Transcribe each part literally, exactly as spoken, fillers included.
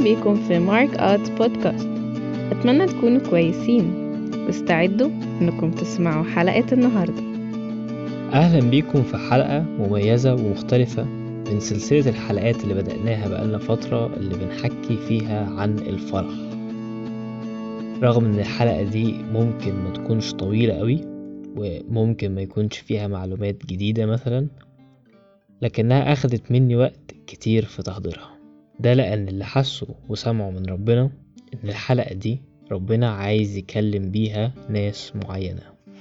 بيكم في مارك آت بودكاست. أتمنى تكونوا كويسين واستعدوا أنكم تسمعوا حلقة النهاردة. أهلا بيكم في حلقة مميزة ومختلفة من سلسلة الحلقات اللي بدأناها بقالنا فترة اللي بنحكي فيها عن الفرح. رغم ان الحلقة دي ممكن ما تكونش طويلة قوي وممكن ما يكونش فيها معلومات جديدة مثلا، لكنها أخدت مني وقت كتير في تحضيرها. ده لأن اللي حسوا وسمعوا من ربنا ان الحلقة دي ربنا عايز يكلم بيها ناس معينة.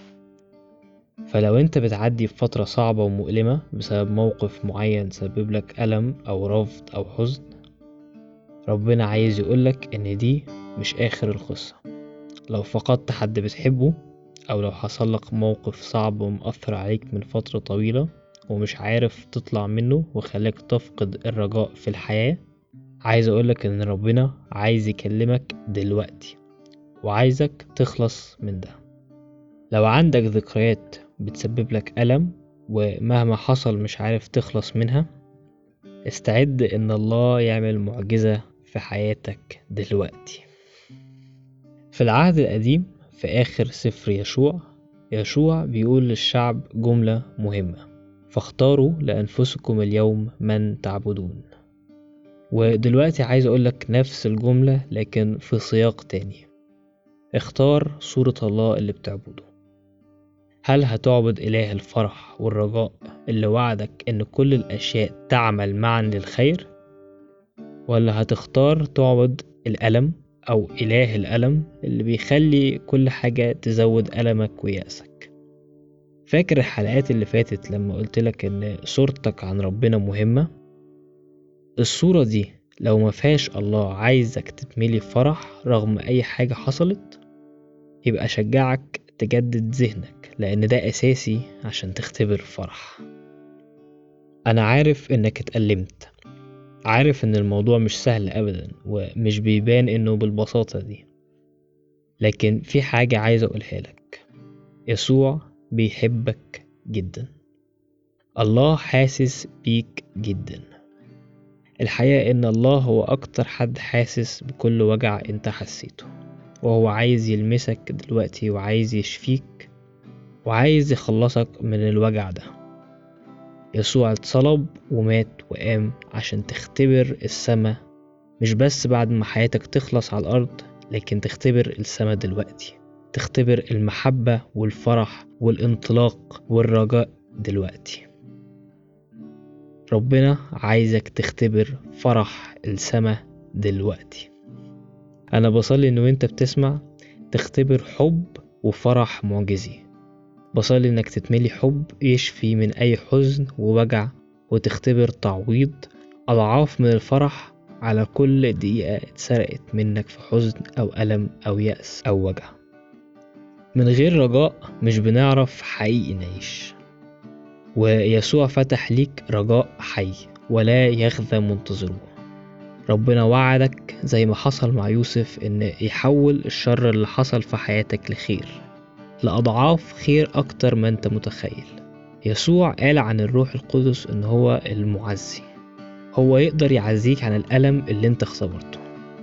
فلو انت بتعدي بفترة صعبة ومؤلمة بسبب موقف معين سبب لك ألم أو رفض أو حزن، ربنا عايز يقولك ان دي مش آخر القصة. لو فقدت حد بتحبه أو لو حصل لك موقف صعب ومؤثر عليك من فترة طويلة ومش عارف تطلع منه وخلاك تفقد الرجاء في الحياة، عايز أقولك ان ربنا عايز يكلمك دلوقتي وعايزك تخلص من ده. لو عندك ذكريات بتسبب لك ألم ومهما حصل مش عارف تخلص منها، استعد ان الله يعمل معجزة في حياتك دلوقتي. في العهد القديم في آخر سفر يشوع، يشوع بيقول للشعب جملة مهمة: فاختاروا لأنفسكم اليوم من تعبدون. ودلوقتي عايز أقولك نفس الجملة لكن في سياق تاني. اختار صورة الله اللي بتعبده. هل هتعبد إله الفرح والرجاء اللي وعدك إن كل الأشياء تعمل معا للخير، ولا هتختار تعبد الألم أو إله الألم اللي بيخلي كل حاجة تزود ألمك ويأسك؟ فاكر الحلقات اللي فاتت لما قلتلك إن صورتك عن ربنا مهمة؟ الصورة دي لو ما فيهاش الله عايزك تتملي فرح رغم أي حاجة حصلت، يبقى أشجعك تجدد ذهنك، لأن ده أساسي عشان تختبر فرح. أنا عارف إنك اتألمت، عارف إن الموضوع مش سهل أبدا ومش بيبان إنه بالبساطة دي، لكن في حاجة عايز أقولها لك: يسوع بيحبك جدا. الله حاسس بيك جدا. الحقيقة إن الله هو أكتر حد حاسس بكل وجع أنت حسيته، وهو عايز يلمسك دلوقتي وعايز يشفيك وعايز يخلصك من الوجع ده. يسوع اتصلب ومات وقام عشان تختبر السماء، مش بس بعد ما حياتك تخلص على الأرض، لكن تختبر السماء دلوقتي، تختبر المحبة والفرح والانطلاق والرجاء دلوقتي. ربنا عايزك تختبر فرح السماء دلوقتي. أنا بصلي إنه وإنت بتسمع تختبر حب وفرح معجزي. بصلي إنك تتملي حب يشفي من أي حزن ووجع، وتختبر تعويض أضعاف من الفرح على كل دقيقة اتسرقت منك في حزن أو ألم أو يأس أو وجع. من غير رجاء مش بنعرف حقيقي نعيش، ويسوع فتح ليك رجاء حي ولا يخذى منتظروه. ربنا وعدك زي ما حصل مع يوسف إن يحول الشر اللي حصل في حياتك لخير، لأضعاف خير أكتر ما أنت متخيل. يسوع قال عن الروح القدس إن هو المعزي، هو يقدر يعزيك عن الألم اللي أنت اختبرته.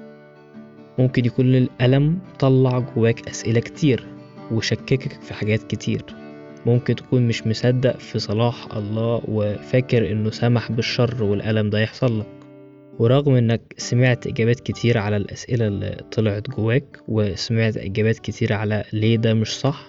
ممكن يكون الألم طلع جواك أسئلة كتير وشككك في حاجات كتير. ممكن تكون مش مصدق في صلاح الله وفاكر إنه سمح بالشر والألم ده يحصل لك، ورغم إنك سمعت إجابات كتير على الأسئلة اللي طلعت جواك وسمعت إجابات كتير على ليه ده مش صح،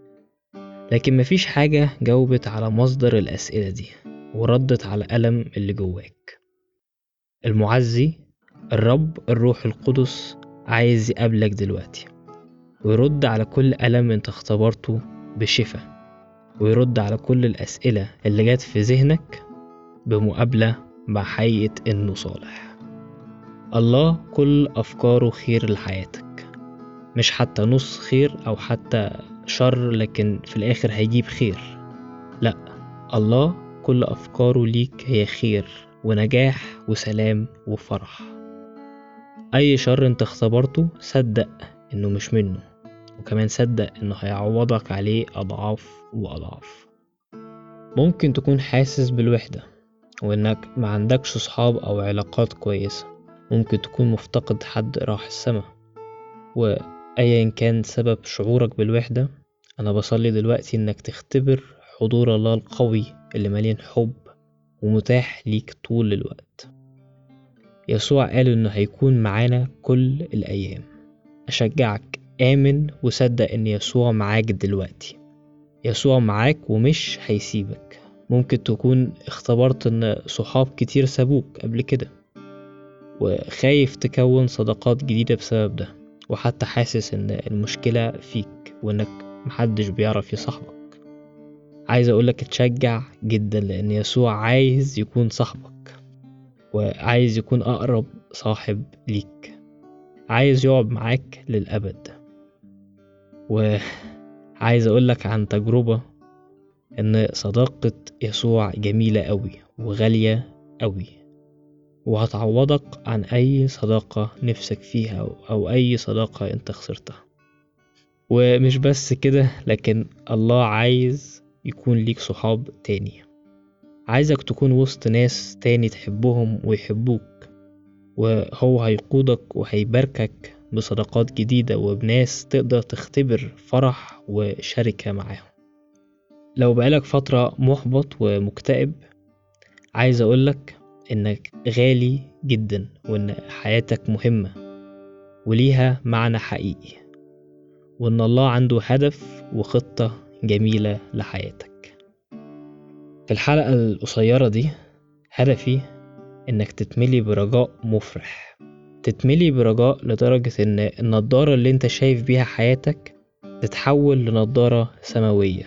لكن مفيش حاجة جاوبت على مصدر الأسئلة دي وردت على الألم اللي جواك. المعزي الرب الروح القدس عايز يقابلك دلوقتي ويرد على كل ألم انت اختبرته بشفاء، ويرد على كل الأسئلة اللي جات في ذهنك بمقابلة مع حقيقة إنه صالح. الله كل أفكاره خير لحياتك، مش حتى نص خير أو حتى شر لكن في الآخر هيجيب خير. لأ، الله كل أفكاره ليك هي خير ونجاح وسلام وفرح. أي شر انت اختبرته صدق إنه مش منه، وكمان صدق إنه هيعوضك عليه أضعاف وأضعاف. ممكن تكون حاسس بالوحدة وإنك ما عندكش صحاب أو علاقات كويسة، ممكن تكون مفتقد حد راح السما. وأيا كان سبب شعورك بالوحدة، أنا بصلي دلوقتي إنك تختبر حضور الله القوي اللي مليان حب ومتاح ليك طول الوقت. يسوع قال إنه هيكون معانا كل الأيام. أشجعك آمن وصدق إن يسوع معاك دلوقتي. يسوع معاك ومش هيسيبك. ممكن تكون اختبرت إن صحاب كتير سابوك قبل كده وخايف تكون صداقات جديدة بسبب ده، وحتى حاسس إن المشكلة فيك وإنك محدش بيعرف يصاحبك. عايز أقولك تشجع جدا، لأن يسوع عايز يكون صاحبك وعايز يكون أقرب صاحب ليك، عايز يقعد معاك للأبد. وعايز أقولك عن تجربة إن صداقة يسوع جميلة أوي وغالية أوي، وهتعوضك عن أي صداقة نفسك فيها أو أي صداقة أنت خسرتها. ومش بس كده، لكن الله عايز يكون ليك صحاب تاني. عايزك تكون وسط ناس تاني تحبهم ويحبوك، وهو هيقودك وهيباركك بصداقات جديدة وبناس تقدر تختبر فرح وشركة معاهم. لو بقالك فترة محبط ومكتئب، عايز أقولك إنك غالي جدا، وإن حياتك مهمة وليها معنى حقيقي، وإن الله عنده هدف وخطة جميلة لحياتك. في الحلقة القصيرة دي هدفي إنك تتملي برجاء مفرح، تتملي برجاء لدرجة إن النضارة اللي إنت شايف بيها حياتك تتحول لنضارة سماوية.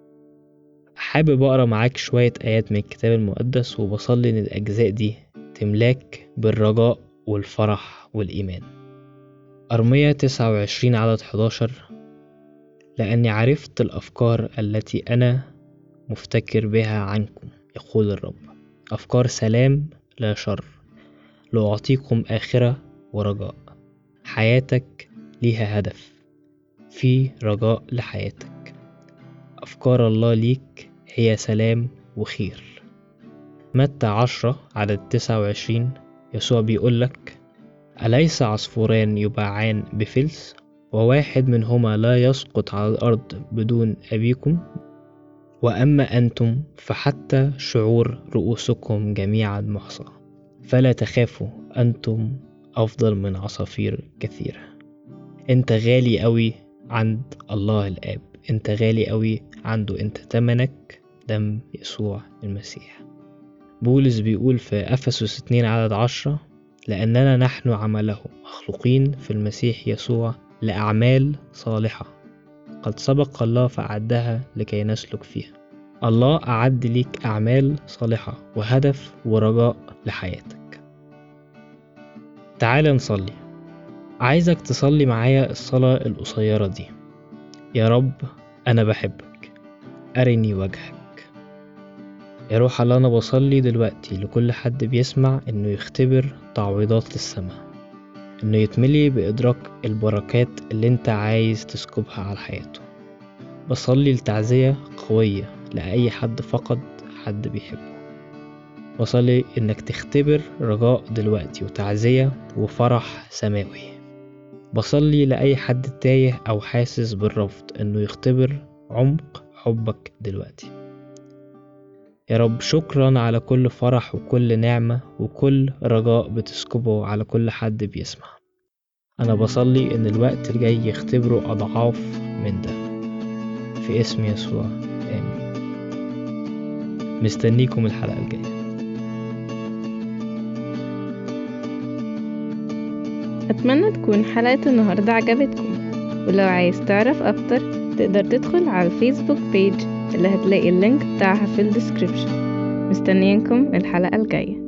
حابب أقرأ معاك شوية آيات من الكتاب المقدس، وبصلي إن الأجزاء دي تملاك بالرجاء والفرح والإيمان. أرمية تسعة وعشرين عدد حداشر: لأني عرفت الأفكار التي أنا مفتكر بها عنكم، يقول الرب، أفكار سلام لا شر، لأعطيكم آخرة ورجاء. حياتك ليها هدف، في رجاء لحياتك. أفكار الله ليك هي سلام وخير. متى عشرة عدد تسعة وعشرين يسوع بيقولك: أليس عصفوران يباعان بفلس، وواحد منهما لا يسقط على الأرض بدون أبيكم؟ وأما أنتم فحتى شعور رؤوسكم جميعا محصى. فلا تخافوا، أنتم أفضل من عصافير كثيرة. أنت غالي قوي عند الله الآب، أنت غالي قوي عنده، أنت تمنك دم يسوع المسيح. بولس بيقول في أفسس اتنين عدد عشرة: لأننا نحن عمله مخلوقين في المسيح يسوع لأعمال صالحة قد سبق الله فأعدها لكي نسلك فيها. الله أعد ليك أعمال صالحة وهدف ورجاء لحياتك. تعال نصلي. عايزك تصلي معايا الصلاة القصيرة دي: يا رب أنا بحبك، أرني وجهك. يا روح الله، أنا بصلي دلوقتي لكل حد بيسمع إنه يختبر تعويضات السماء، إنه يتملي بإدراك البركات اللي أنت عايز تسكبها على حياته. بصلي لتعزية قوية لأي حد فقد حد بيحبه. بصلي إنك تختبر رجاء دلوقتي وتعزية وفرح سماوي. بصلي لأي حد تايه أو حاسس بالرفض إنه يختبر عمق حبك دلوقتي. يا رب شكرا على كل فرح وكل نعمة وكل رجاء بتسكبه على كل حد بيسمع. أنا بصلي إن الوقت الجاي يختبروا أضعاف من ده، في اسم يسوع، آمين. مستنيكم الحلقة الجاية. أتمنى تكون حلقة النهاردة عجبتكم، ولو عايز تعرف أكتر تقدر تدخل على الفيسبوك بيج اللي هتلاقي اللينك بتاعها في الديسكريبشن. مستنيينكم الحلقة الجاية.